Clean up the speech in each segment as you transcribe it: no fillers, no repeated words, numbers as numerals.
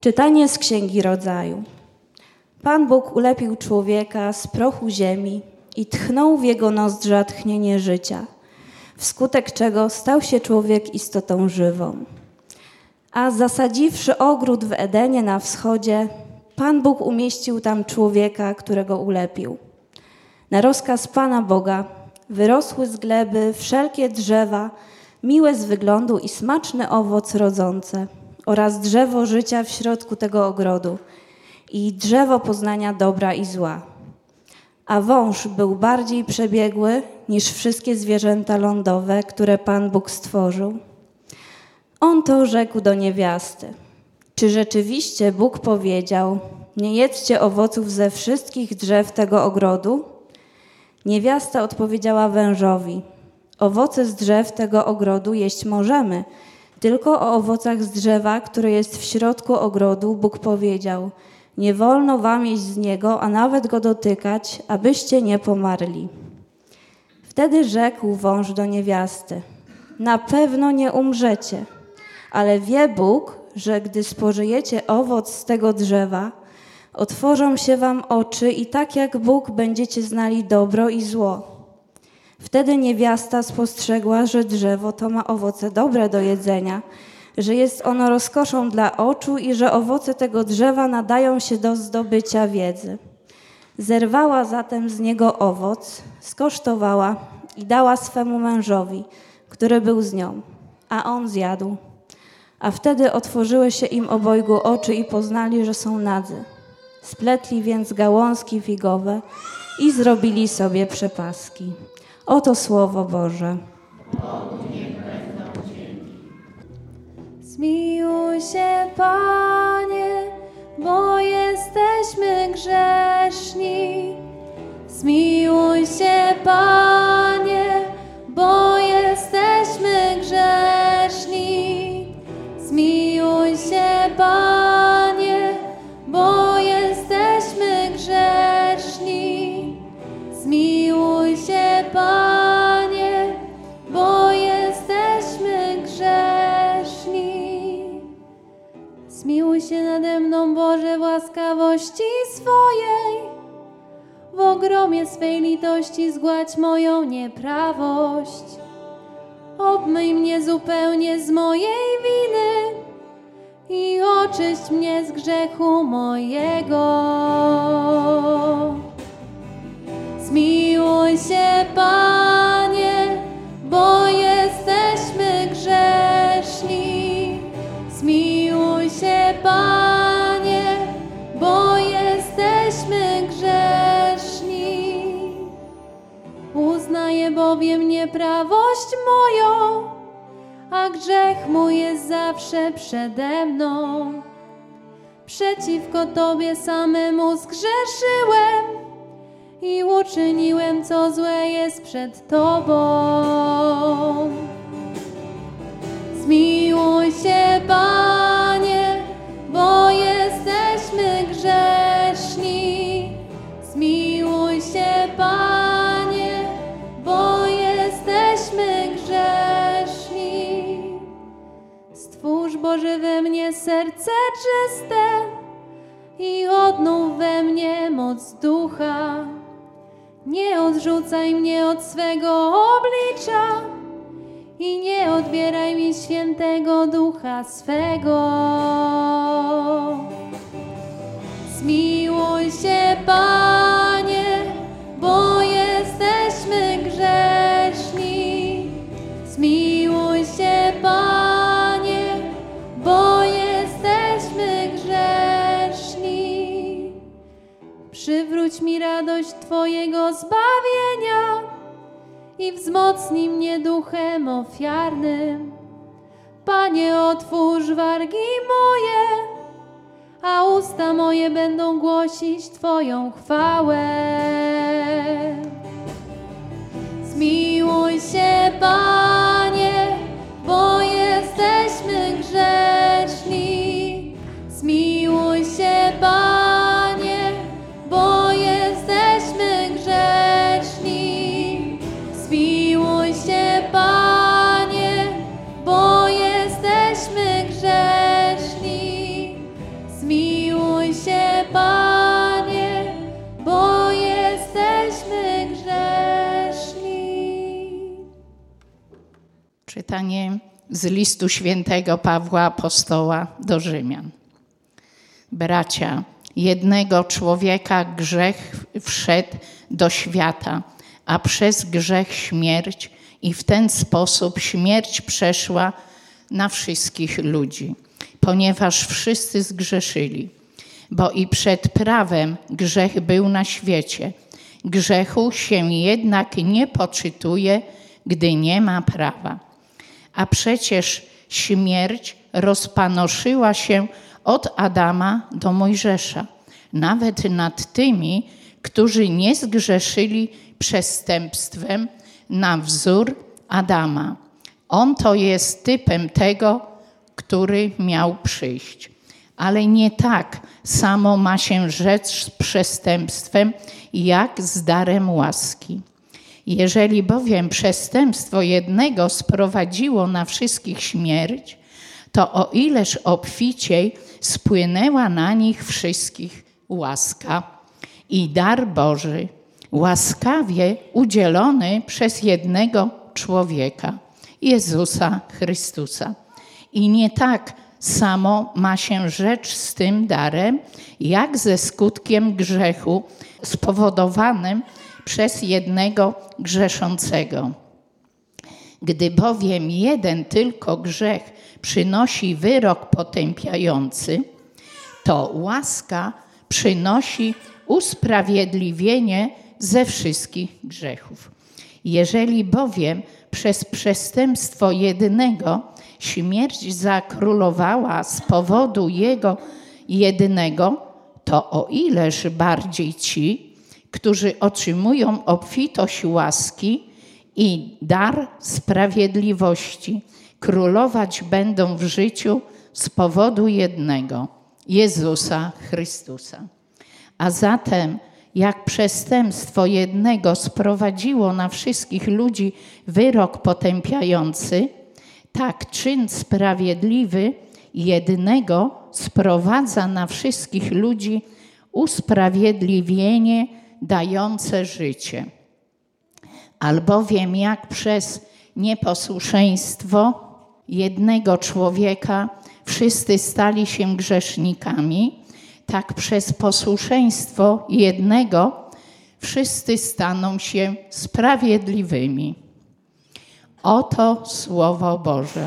Czytanie z Księgi Rodzaju. Pan Bóg ulepił człowieka z prochu ziemi i tchnął w jego nozdrza tchnienie życia, wskutek czego stał się człowiek istotą żywą. A zasadziwszy ogród w Edenie na wschodzie, Pan Bóg umieścił tam człowieka, którego ulepił. Na rozkaz Pana Boga wyrosły z gleby wszelkie drzewa, miłe z wyglądu i smaczny owoc rodzące, oraz drzewo życia w środku tego ogrodu i drzewo poznania dobra i zła. A wąż był bardziej przebiegły niż wszystkie zwierzęta lądowe, które Pan Bóg stworzył. On to rzekł do niewiasty: czy rzeczywiście Bóg powiedział: nie jedzcie owoców ze wszystkich drzew tego ogrodu? Niewiasta odpowiedziała wężowi: owoce z drzew tego ogrodu jeść możemy, tylko o owocach z drzewa, które jest w środku ogrodu, Bóg powiedział: nie wolno wam jeść z niego, a nawet go dotykać, abyście nie pomarli. Wtedy rzekł wąż do niewiasty: na pewno nie umrzecie, ale wie Bóg, że gdy spożyjecie owoc z tego drzewa, otworzą się wam oczy i tak jak Bóg będziecie znali dobro i zło. Wtedy niewiasta spostrzegła, że drzewo to ma owoce dobre do jedzenia, że jest ono rozkoszą dla oczu i że owoce tego drzewa nadają się do zdobycia wiedzy. Zerwała zatem z niego owoc, skosztowała i dała swemu mężowi, który był z nią, a on zjadł. A wtedy otworzyły się im obojgu oczy i poznali, że są nadzy. Spletli więc gałązki figowe i zrobili sobie przepaski. Oto Słowo Boże. Zmiłuj się, Panie, bo jesteśmy grzeszni. Zmiłuj się, Panie, bo jesteśmy grzeszni. Zmiłuj się, Panie, bo jesteśmy grzeszni. Zmiłuj się, Panie, bo jesteśmy grzeszni. Zmiłuj się nade mną, Boże, w łaskawości swojej. W ogromie swej litości zgładź moją nieprawość. Obmyj mnie zupełnie z mojej winy i oczyść mnie z grzechu mojego. Zmiłuj się, Panie, bo jesteśmy grzeszni. Zmiłuj się, Panie, bo jesteśmy grzeszni. Uznaję bowiem nieprawość moją, a grzech mój jest zawsze przede mną. Przeciwko Tobie samemu zgrzeszyłem i uczyniłem, co złe jest przed Tobą. Zmiłuj się, Panie, bo jesteśmy grzeszni. Zmiłuj się, Panie, bo jesteśmy grzeszni. Stwórz, Boże, we mnie serce czyste i odnów we mnie moc ducha. Nie odrzucaj mnie od swego oblicza i nie odbieraj mi świętego ducha swego. Zmiłuj się, Panie, bo jesteśmy grzeszni. Zmiłuj się, Panie, bo jesteśmy grzeszni. Przywróć mi radość Twojego zbawienia i wzmocnij mnie duchem ofiarnym. Panie, otwórz wargi moje, a usta moje będą głosić Twoją chwałę. Zmiłuj się, Panie, bo jesteśmy grzeszni. Zmiłuj się, Panie, bo jesteśmy grzeszni. Zmiłuj się, Panie, bo jesteśmy grzeszni. Czytanie z listu świętego Pawła Apostoła do Rzymian. Bracia, jednego człowieka grzech wszedł do świata, a przez grzech śmierć i w ten sposób śmierć przeszła na wszystkich ludzi, ponieważ wszyscy zgrzeszyli. Bo i przed prawem grzech był na świecie. Grzechu się jednak nie poczytuje, gdy nie ma prawa. A przecież śmierć rozpanoszyła się od Adama do Mojżesza, nawet nad tymi, którzy nie zgrzeszyli przestępstwem na wzór Adama. On to jest typem tego, który miał przyjść. Ale nie tak samo ma się rzecz z przestępstwem, jak z darem łaski. Jeżeli bowiem przestępstwo jednego sprowadziło na wszystkich śmierć, to o ileż obficiej spłynęła na nich wszystkich łaska i dar Boży, łaskawie udzielony przez jednego człowieka, Jezusa Chrystusa. I nie tak samo ma się rzecz z tym darem, jak ze skutkiem grzechu spowodowanym przez jednego grzeszącego. Gdy bowiem jeden tylko grzech przynosi wyrok potępiający, to łaska przynosi usprawiedliwienie ze wszystkich grzechów. Jeżeli bowiem przez przestępstwo jednego śmierć zakrólowała z powodu jego jednego, to o ileż bardziej ci, którzy otrzymują obfitość łaski i dar sprawiedliwości, królować będą w życiu z powodu jednego, Jezusa Chrystusa. A zatem, jak przestępstwo jednego sprowadziło na wszystkich ludzi wyrok potępiający, tak czyn sprawiedliwy jednego sprowadza na wszystkich ludzi usprawiedliwienie dające życie. Albowiem jak przez nieposłuszeństwo jednego człowieka wszyscy stali się grzesznikami, tak przez posłuszeństwo jednego wszyscy staną się sprawiedliwymi. Oto Słowo Boże.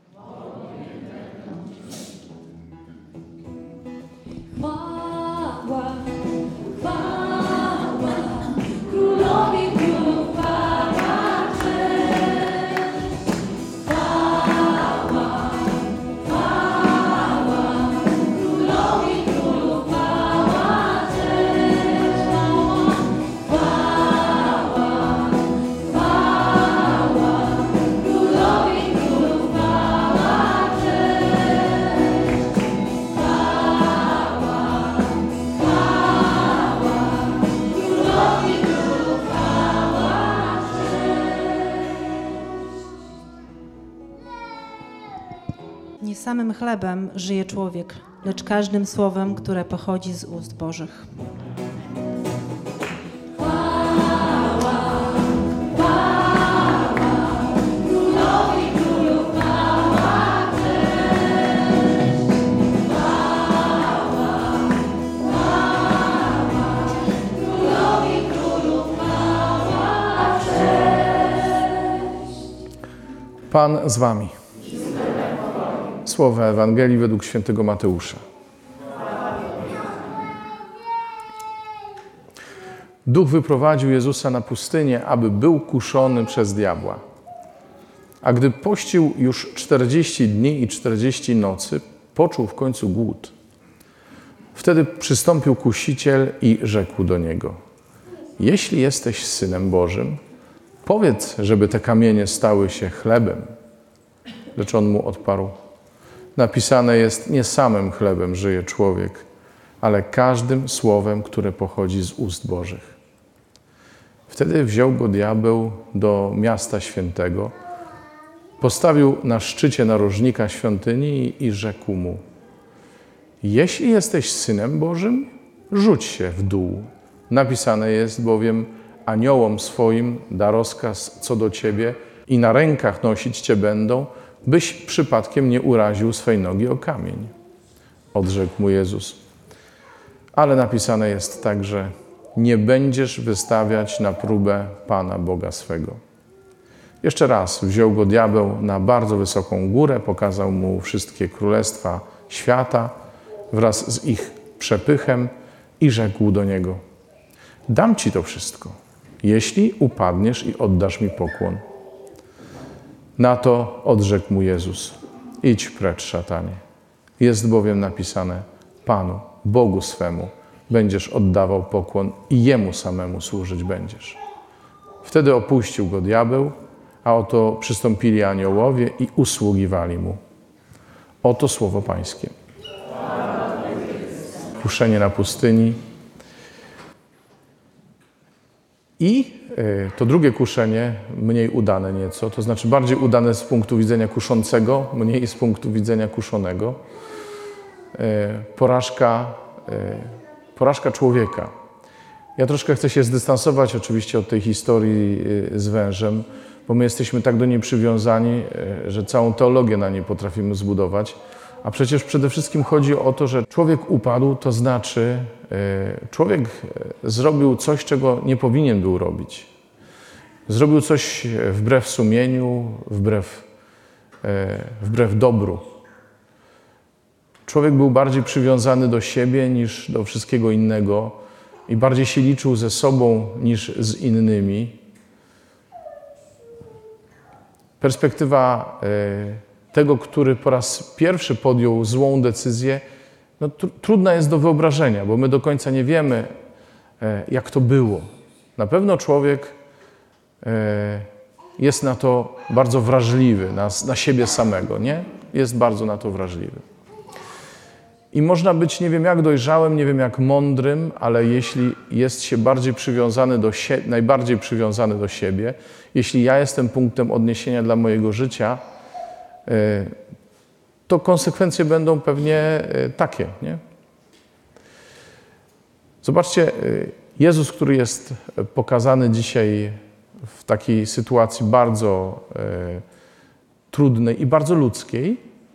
Chwała, chwała, Królowi Królów, chwała, cześć. Chwała, chwała, Królowi Królów, chwała, cześć. Chwała, chwała, Królowi Królów, chwała, cześć. Nie samym chlebem żyje człowiek, lecz każdym słowem, które pochodzi z ust Bożych. Pan z wami. Słowo Ewangelii według świętego Mateusza. Duch wyprowadził Jezusa na pustynię, aby był kuszony przez diabła. A gdy pościł już 40 dni i 40 nocy, poczuł w końcu głód. Wtedy przystąpił kusiciel i rzekł do niego: jeśli jesteś Synem Bożym, powiedz, żeby te kamienie stały się chlebem. Lecz on mu odparł: napisane jest, nie samym chlebem żyje człowiek, ale każdym słowem, które pochodzi z ust Bożych. Wtedy wziął go diabeł do miasta świętego, postawił na szczycie narożnika świątyni i rzekł mu: jeśli jesteś Synem Bożym, rzuć się w dół. Napisane jest bowiem, aniołom swoim da rozkaz co do ciebie i na rękach nosić Cię będą, byś przypadkiem nie uraził swej nogi o kamień. Odrzekł mu Jezus. Ale napisane jest także, nie będziesz wystawiać na próbę Pana Boga swego. Jeszcze raz wziął go diabeł na bardzo wysoką górę, pokazał mu wszystkie królestwa świata wraz z ich przepychem i rzekł do niego, dam Ci to wszystko, jeśli upadniesz i oddasz mi pokłon. Na to odrzekł mu Jezus, idź precz, szatanie. Jest bowiem napisane, Panu, Bogu swemu, będziesz oddawał pokłon i Jemu samemu służyć będziesz. Wtedy opuścił go diabeł, a oto przystąpili aniołowie i usługiwali mu. Oto słowo Pańskie. Kuszenie na pustyni. I to drugie kuszenie, mniej udane nieco, to znaczy bardziej udane z punktu widzenia kuszącego, mniej z punktu widzenia kuszonego. Porażka człowieka. Ja troszkę chcę się zdystansować oczywiście od tej historii z wężem, bo my jesteśmy tak do niej przywiązani, że całą teologię na niej potrafimy zbudować. A przecież przede wszystkim chodzi o to, że człowiek upadł, to znaczy człowiek zrobił coś, czego nie powinien był robić. Zrobił coś wbrew sumieniu, wbrew dobru. Człowiek był bardziej przywiązany do siebie niż do wszystkiego innego i bardziej się liczył ze sobą niż z innymi. Perspektywa tego, który po raz pierwszy podjął złą decyzję, no, trudna jest do wyobrażenia, bo my do końca nie wiemy, jak to było. Na pewno człowiek jest na to bardzo wrażliwy, na siebie samego, nie? Jest bardzo na to wrażliwy. I można być nie wiem jak dojrzałym, nie wiem jak mądrym, ale jeśli jest się bardziej przywiązany najbardziej przywiązany do siebie, jeśli ja jestem punktem odniesienia dla mojego życia, to konsekwencje będą pewnie takie, nie? Zobaczcie, Jezus, który jest pokazany dzisiaj w takiej sytuacji bardzo trudnej i bardzo ludzkiej,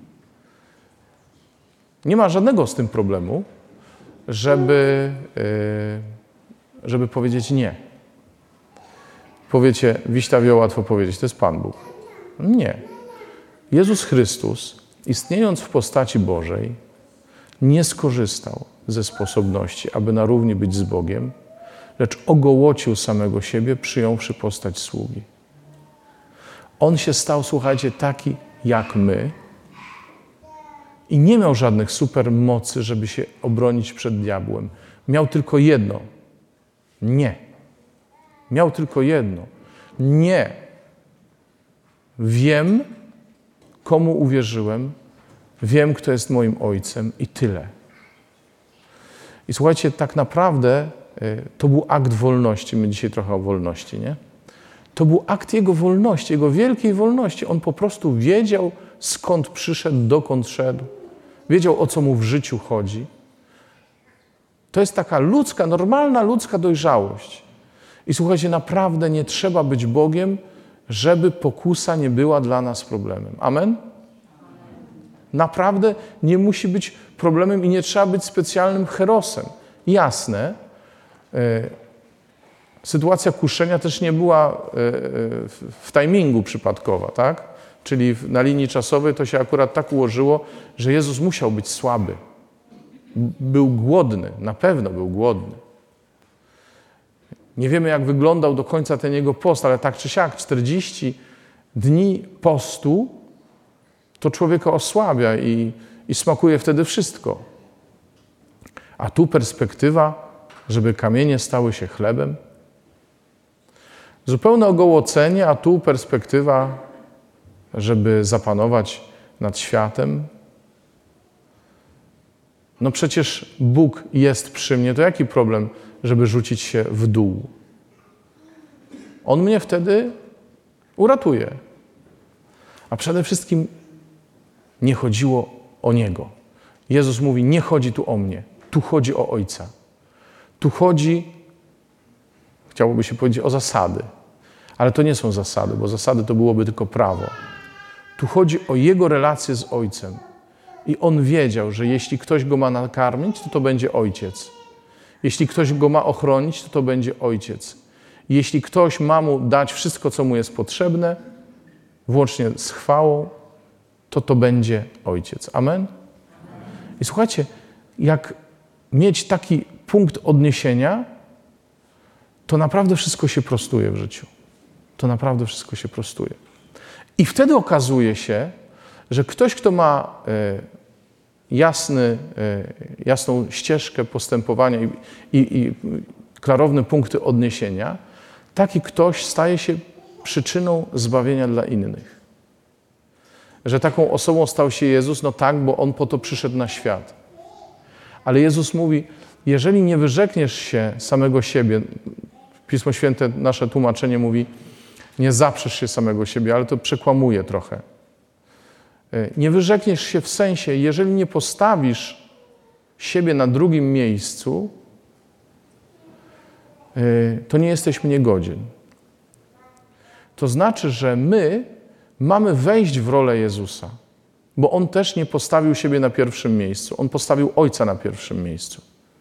nie ma żadnego z tym problemu, żeby powiedzieć nie. Powiecie, wiśtawio łatwo powiedzieć, to jest Pan Bóg. Nie. Jezus Chrystus, istniejąc w postaci Bożej, nie skorzystał ze sposobności, aby na równi być z Bogiem, lecz ogołocił samego siebie, przyjąwszy postać sługi. On się stał, słuchajcie, taki jak my i nie miał żadnych supermocy, żeby się obronić przed diabłem. Miał tylko jedno. Nie. Miał tylko jedno. Nie. Wiem, komu uwierzyłem, wiem, kto jest moim Ojcem i tyle. I słuchajcie, tak naprawdę to był akt wolności. My dzisiaj trochę o wolności, nie? To był akt Jego wolności, Jego wielkiej wolności. On po prostu wiedział, skąd przyszedł, dokąd szedł. Wiedział, o co mu w życiu chodzi. To jest taka ludzka, normalna ludzka dojrzałość. I słuchajcie, naprawdę nie trzeba być Bogiem, żeby pokusa nie była dla nas problemem. Amen? Naprawdę nie musi być problemem i nie trzeba być specjalnym herosem. Jasne, sytuacja kuszenia też nie była w timingu przypadkowa, tak? Czyli na linii czasowej to się akurat tak ułożyło, że Jezus musiał być słaby. Był głodny, na pewno był głodny. Nie wiemy, jak wyglądał do końca ten jego post, ale tak czy siak 40 dni postu to człowieka osłabia i smakuje wtedy wszystko. A tu perspektywa, żeby kamienie stały się chlebem. Zupełne ogołocenie, a tu perspektywa, żeby zapanować nad światem. No przecież Bóg jest przy mnie, to jaki problem, żeby rzucić się w dół? On mnie wtedy uratuje. A przede wszystkim nie chodziło o Niego. Jezus mówi, nie chodzi tu o mnie, tu chodzi o Ojca. Tu chodzi, chciałoby się powiedzieć, o zasady. Ale to nie są zasady, bo zasady to byłoby tylko prawo. Tu chodzi o jego relację z Ojcem. I on wiedział, że jeśli ktoś go ma nakarmić, to będzie Ojciec. Jeśli ktoś go ma ochronić, to będzie Ojciec. Jeśli ktoś ma mu dać wszystko, co mu jest potrzebne, włącznie z chwałą, to będzie Ojciec. Amen? I słuchajcie, jak mieć taki punkt odniesienia, to naprawdę wszystko się prostuje w życiu. To naprawdę wszystko się prostuje. I wtedy okazuje się, że ktoś, kto ma jasną ścieżkę postępowania i klarowne punkty odniesienia, taki ktoś staje się przyczyną zbawienia dla innych. Że taką osobą stał się Jezus, no tak, bo On po to przyszedł na świat. Ale Jezus mówi, jeżeli nie wyrzekniesz się samego siebie, Pismo Święte, nasze tłumaczenie mówi, nie zaprzesz się samego siebie, ale to przekłamuje trochę. Nie wyrzekniesz się w sensie, jeżeli nie postawisz siebie na drugim miejscu, to nie jesteś mnie godzien. To znaczy, że my mamy wejść w rolę Jezusa, bo On też nie postawił siebie na pierwszym miejscu. On postawił Ojca na pierwszym miejscu.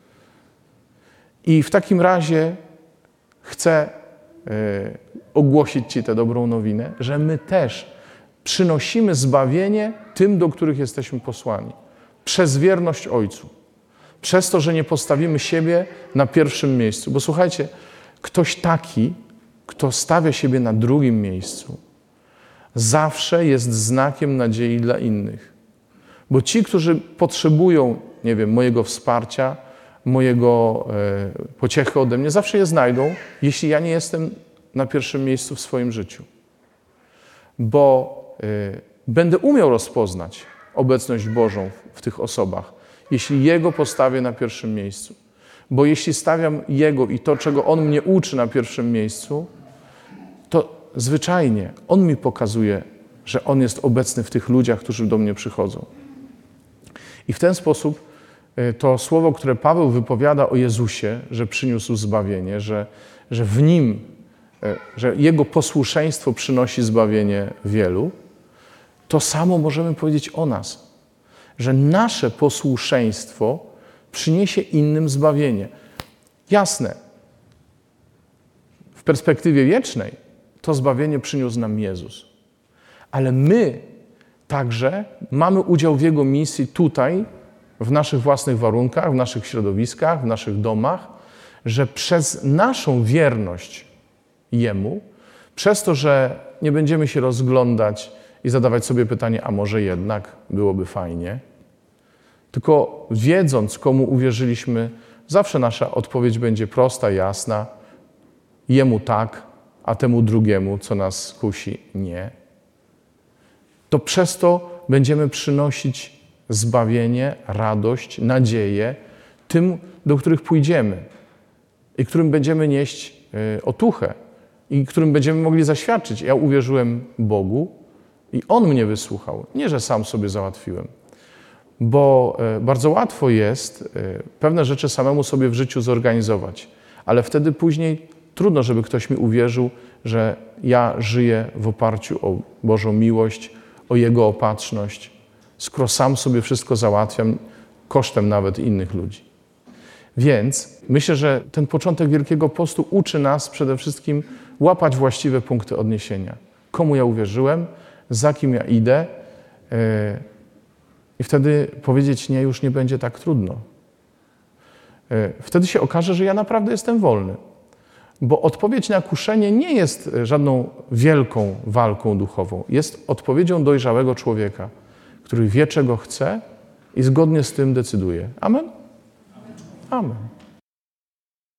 I w takim razie chcę ogłosić Ci tę dobrą nowinę, że my też przynosimy zbawienie tym, do których jesteśmy posłani. Przez wierność Ojcu. Przez to, że nie postawimy siebie na pierwszym miejscu. Bo słuchajcie, ktoś taki, kto stawia siebie na drugim miejscu, zawsze jest znakiem nadziei dla innych. Bo ci, którzy potrzebują, nie wiem, mojego wsparcia, mojego pociechy ode mnie, zawsze je znajdą, jeśli ja nie jestem na pierwszym miejscu w swoim życiu. Bo będę umiał rozpoznać obecność Bożą w tych osobach, jeśli Jego postawię na pierwszym miejscu. Bo jeśli stawiam Jego i to, czego On mnie uczy na pierwszym miejscu, to zwyczajnie On mi pokazuje, że On jest obecny w tych ludziach, którzy do mnie przychodzą. I w ten sposób to słowo, które Paweł wypowiada o Jezusie, że przyniósł zbawienie, że w Nim, że Jego posłuszeństwo przynosi zbawienie wielu, to samo możemy powiedzieć o nas, że nasze posłuszeństwo przyniesie innym zbawienie. Jasne, w perspektywie wiecznej to zbawienie przyniósł nam Jezus. Ale my także mamy udział w Jego misji tutaj, w naszych własnych warunkach, w naszych środowiskach, w naszych domach, że przez naszą wierność Jemu, przez to, że nie będziemy się rozglądać i zadawać sobie pytanie, a może jednak byłoby fajnie, tylko wiedząc, komu uwierzyliśmy, zawsze nasza odpowiedź będzie prosta, jasna. Jemu tak, a temu drugiemu, co nas kusi, nie. To przez to będziemy przynosić zbawienie, radość, nadzieję tym, do których pójdziemy i którym będziemy nieść otuchę i którym będziemy mogli zaświadczyć. Ja uwierzyłem Bogu i On mnie wysłuchał. Nie, że sam sobie załatwiłem. Bo bardzo łatwo jest pewne rzeczy samemu sobie w życiu zorganizować, ale wtedy później trudno, żeby ktoś mi uwierzył, że ja żyję w oparciu o Bożą miłość, o Jego opatrzność, skoro sam sobie wszystko załatwiam, kosztem nawet innych ludzi. Więc myślę, że ten początek Wielkiego Postu uczy nas przede wszystkim łapać właściwe punkty odniesienia. Komu ja uwierzyłem, za kim ja idę, i wtedy powiedzieć nie już nie będzie tak trudno. Wtedy się okaże, że ja naprawdę jestem wolny. Bo odpowiedź na kuszenie nie jest żadną wielką walką duchową. Jest odpowiedzią dojrzałego człowieka, który wie, czego chce i zgodnie z tym decyduje. Amen? Amen.